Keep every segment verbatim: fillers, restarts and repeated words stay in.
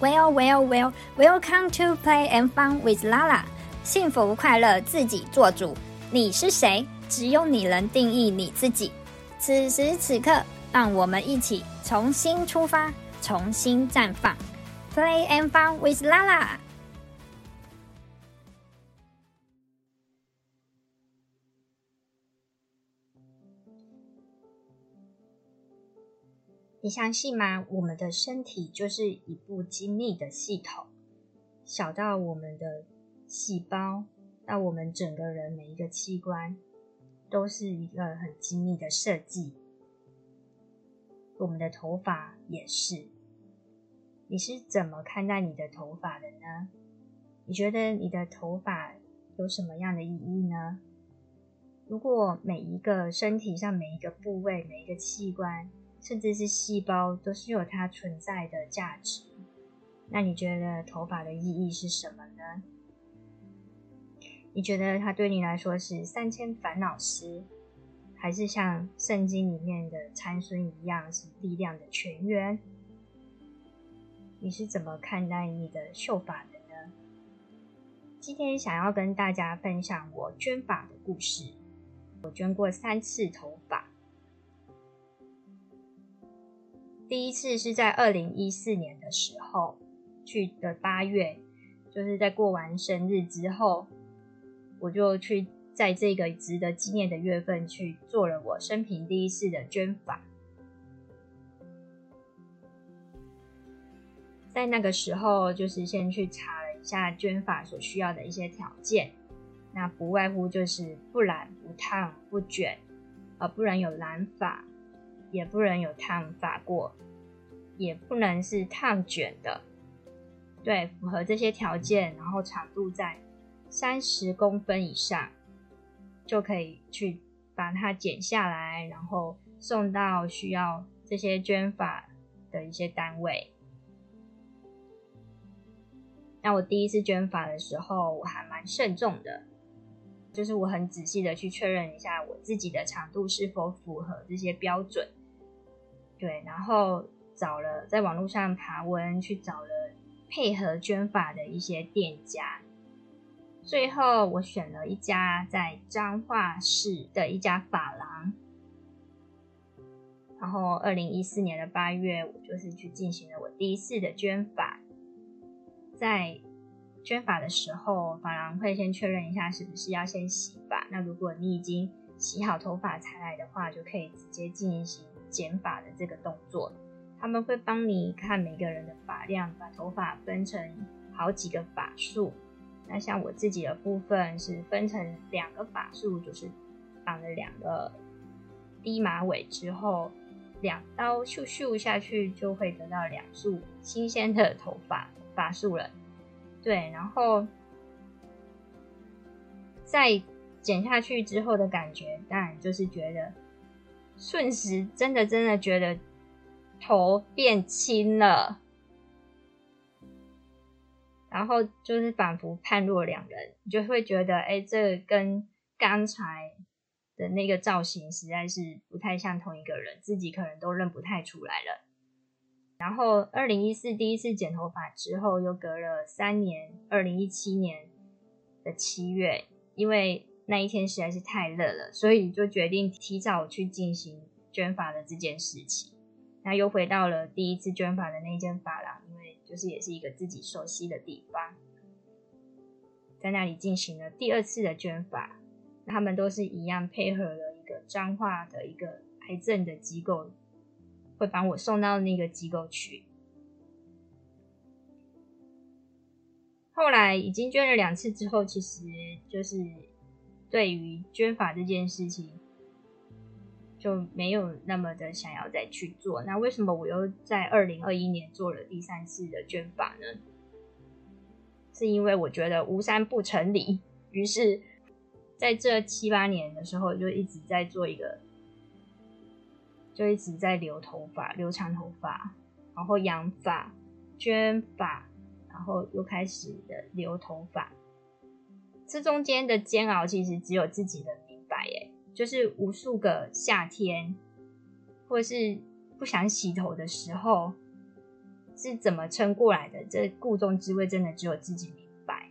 Well, well, well, welcome to Play and Fun with Lala。幸福快乐自己做主。你是谁？只有你能定义你自己。此时此刻，让我们一起重新出发，重新绽放。Play and Fun with Lala。你相信吗？我们的身体就是一部精密的系统，小到我们的细胞，到我们整个人每一个器官，都是一个很精密的设计。我们的头发也是。你是怎么看待你的头发的呢？你觉得你的头发有什么样的意义呢？如果每一个身体上每一个部位，每一个器官，甚至是细胞都是有它存在的价值，那你觉得头发的意义是什么呢？你觉得它对你来说是三千烦恼丝，还是像圣经里面的参孙一样是力量的泉源？你是怎么看待你的秀发的呢？今天想要跟大家分享我捐发的故事。我捐过三次头发，第一次是在二零一四年的时候，去的八月，就是在过完生日之后，我就去在这个值得纪念的月份去做了我生平第一次的捐发。在那个时候，就是先去查了一下捐发所需要的一些条件，那不外乎就是不染、不烫、不卷，呃，不能有染发，也不能有烫发过，也不能是烫卷的。对，符合这些条件，然后长度在三十公分以上，就可以去把它剪下来，然后送到需要这些捐发的一些单位。那我第一次捐发的时候，我还蛮慎重的，就是我很仔细的去确认一下我自己的长度是否符合这些标准。对，然后找了在网络上爬文，去找了配合捐发的一些店家，最后我选了一家在彰化市的一家发廊。然后二零一四年的八月，我就是去进行了我第一次的捐发。在捐发的时候，发廊会先确认一下是不是要先洗发，那如果你已经洗好头发才来的话，就可以直接进行剪发的这个动作。他们会帮你看每个人的发量，把头发分成好几个发束。那像我自己的部分是分成两个发束，就是绑了两个低马尾之后，两刀咻咻下去就会得到两束新鲜的头发发束了。对，然后在剪下去之后的感觉，当然就是觉得瞬时真的真的觉得头变轻了，然后就是仿佛判若两人，你就会觉得哎，这个跟刚才的那个造型实在是不太像同一个人，自己可能都认不太出来了。然后二零一四第一次剪头发之后，又隔了三年，二零一七年的七月，因为那一天实在是太热了，所以就决定提早去进行捐发的这件事情。那又回到了第一次捐发的那间发廊，因为就是也是一个自己熟悉的地方，在那里进行了第二次的捐发。他们都是一样配合了一个彰化的一个癌症的机构，会帮我送到那个机构去。后来已经捐了两次之后，其实就是对于捐发这件事情就没有那么的想要再去做。那为什么我又在二零二一年做了第三次的捐发呢？是因为我觉得无三不成理，于是在这七八年的时候就一直在做一个就一直在留头发，留长头发，然后养发、捐发，然后又开始的留头发。这中间的煎熬其实只有自己能明白耶，就是无数个夏天，或是不想洗头的时候， 是怎么撑过来的，这故中滋味真的只有自己明白。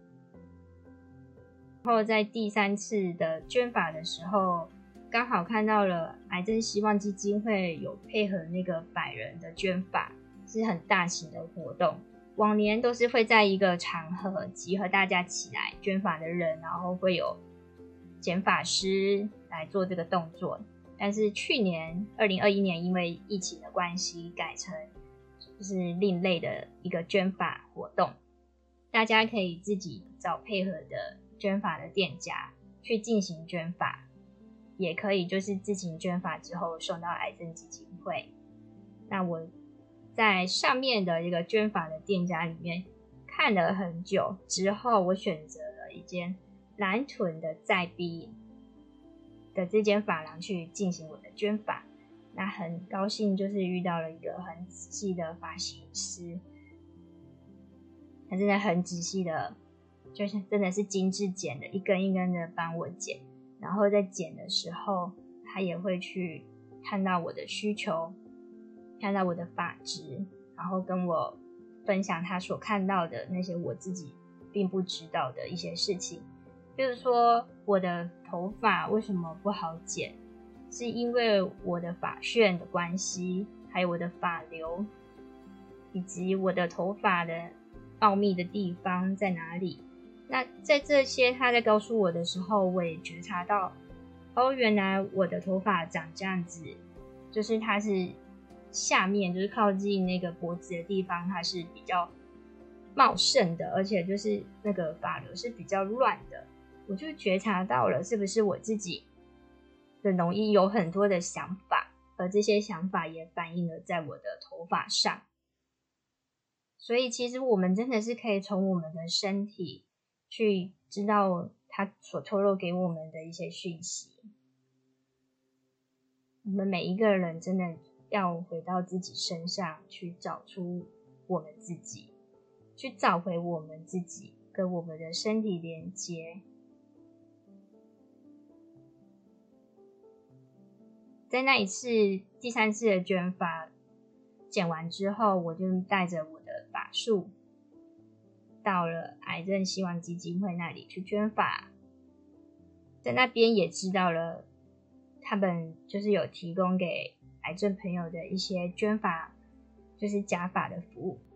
然后在第三次的捐发的时候，刚好看到了癌症希望基金会有配合那个百人的捐发，是很大型的活动。往年都是会在一个场合集合大家起来捐发的人，然后会有剪发师来做这个动作。但是去年二零二一年因为疫情的关系，改成就是另类的一个捐发活动，大家可以自己找配合的捐发的店家去进行捐发，也可以就是自行捐发之后送到癌症基金会。那我在上面的一个捐发的店家里面看了很久之后，我选择了一间南屯的在地的这间发廊去进行我的捐发。那很高兴就是遇到了一个很仔细的发型师，他真的很仔细的，就是真的是精致剪的，一根一根的帮我剪，然后在剪的时候他也会去看到我的需求，看到我的发质，然后跟我分享他所看到的那些我自己并不知道的一些事情。比如说我的头发为什么不好剪，是因为我的发旋的关系，还有我的发流，以及我的头发的茂密的地方在哪里。那在这些他在告诉我的时候，我也觉察到，哦，原来我的头发长这样子，就是它是下面就是靠近那个脖子的地方，它是比较茂盛的，而且就是那个发流是比较乱的。我就觉察到了，是不是我自己很容易有很多的想法，而这些想法也反映了在我的头发上。所以其实我们真的是可以从我们的身体去知道它所透露给我们的一些讯息。我们每一个人真的要回到自己身上去找出我们自己，去找回我们自己跟我们的身体连接。在那一次第三次的捐发剪完之后，我就带着我的发束到了癌症希望基金会那里去捐发。在那边也知道了他们就是有提供给癌症朋友的一些捐发，就是假发的服务。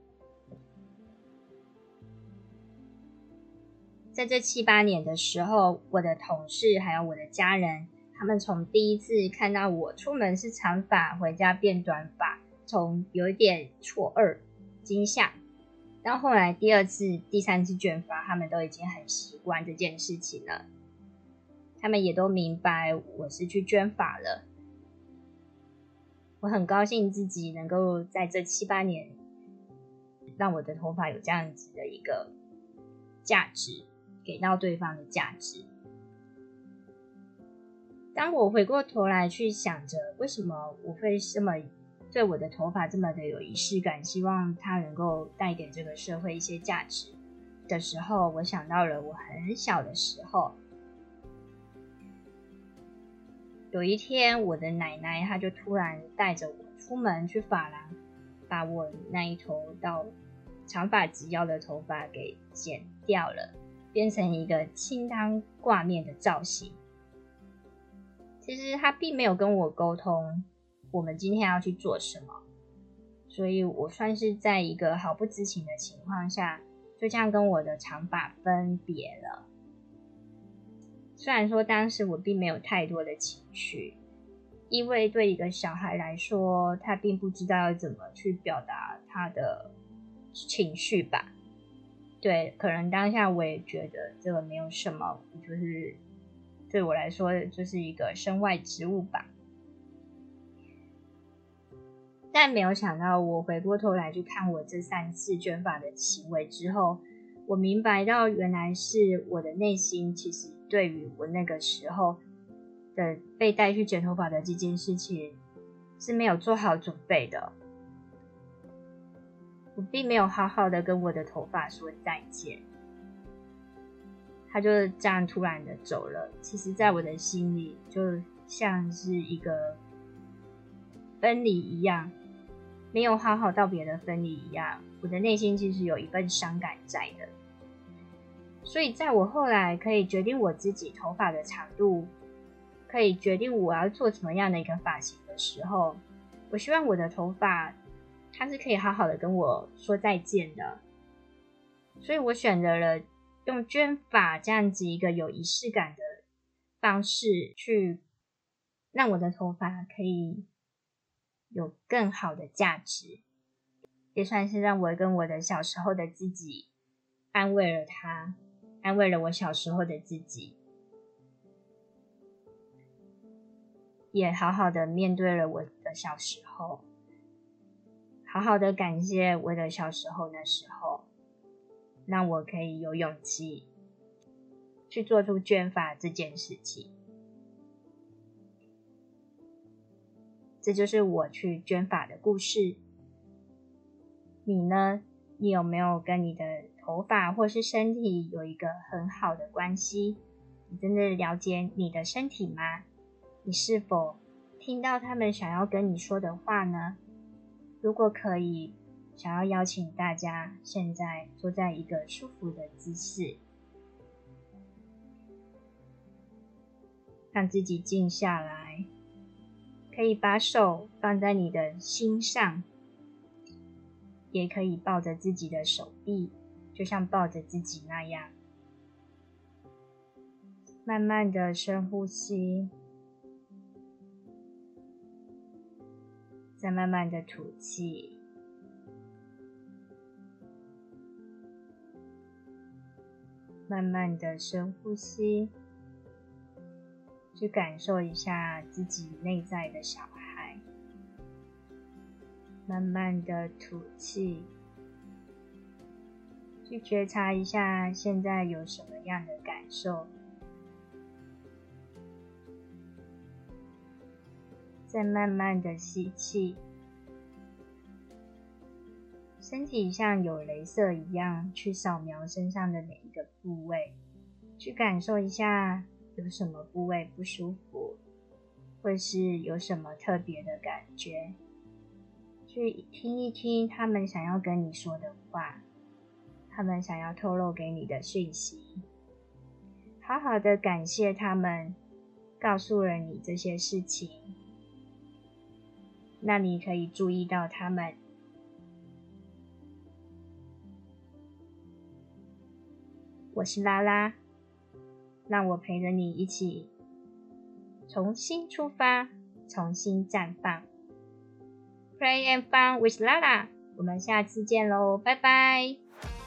在这七八年的时候，我的同事还有我的家人，他们从第一次看到我出门是长发，回家变短发，从有一点错愕惊吓，到后来第二次第三次捐发，他们都已经很习惯这件事情了，他们也都明白我是去捐发了。我很高兴自己能够在这七八年让我的头发有这样子的一个价值，给到对方的价值。当我回过头来去想着为什么我会这么对我的头发这么的有仪式感，希望它能够带给这个社会一些价值的时候，我想到了我很小的时候，有一天我的奶奶她就突然带着我出门去发廊，把我那一头到长发及腰的头发给剪掉了，变成一个清汤挂面的造型。其实她并没有跟我沟通我们今天要去做什么，所以我算是在一个毫不知情的情况下，就这样跟我的长发分别了。虽然说当时我并没有太多的情绪，因为对一个小孩来说，他并不知道要怎么去表达他的情绪吧。对，可能当下我也觉得这个没有什么，就是对我来说就是一个身外之物吧。但没有想到，我回过头来去看我这三次捐发的行为之后，我明白到原来是我的内心其实对于我那个时候的被带去剪头发的这件事情是没有做好准备的。我并没有好好的跟我的头发说再见，他就这样突然的走了。其实在我的心里就像是一个分离一样， 没有好好道别的分离一样，我的内心其实有一份伤感在的。所以在我后来可以决定我自己头发的长度，可以决定我要做什么样的一个发型的时候，我希望我的头发它是可以好好的跟我说再见的。所以我选择了用捐发这样子一个有仪式感的方式，去让我的头发可以有更好的价值，也算是让我跟我的小时候的自己安慰了他，安慰了我小时候的自己，也好好的面对了我的小时候，好好的感谢我的小时候那时候，让我可以有勇气去做出捐发这件事情。这就是我去捐发的故事。你呢？你有没有跟你的头发或是身体有一个很好的关系？你真的了解你的身体吗？你是否听到他们想要跟你说的话呢？如果可以，想要邀请大家现在坐在一个舒服的姿势，让自己静下来，可以把手放在你的心上，也可以抱着自己的手臂，就像抱着自己那样。慢慢的深呼吸，再慢慢的吐气。慢慢的深呼吸，去感受一下自己内在的小孩。慢慢的吐气，去觉察一下现在有什么样的感受。再慢慢的吸气，身体像有雷射一样去扫描身上的每一个部位，去感受一下有什么部位不舒服，或是有什么特别的感觉，去听一听他们想要跟你说的话，他们想要透露给你的讯息。好好的感谢他们告诉了你这些事情，那你可以注意到他们。我是拉拉，让我陪着你一起重新出发，重新绽放。Play and fun with Lala， 我们下次见喽，拜拜。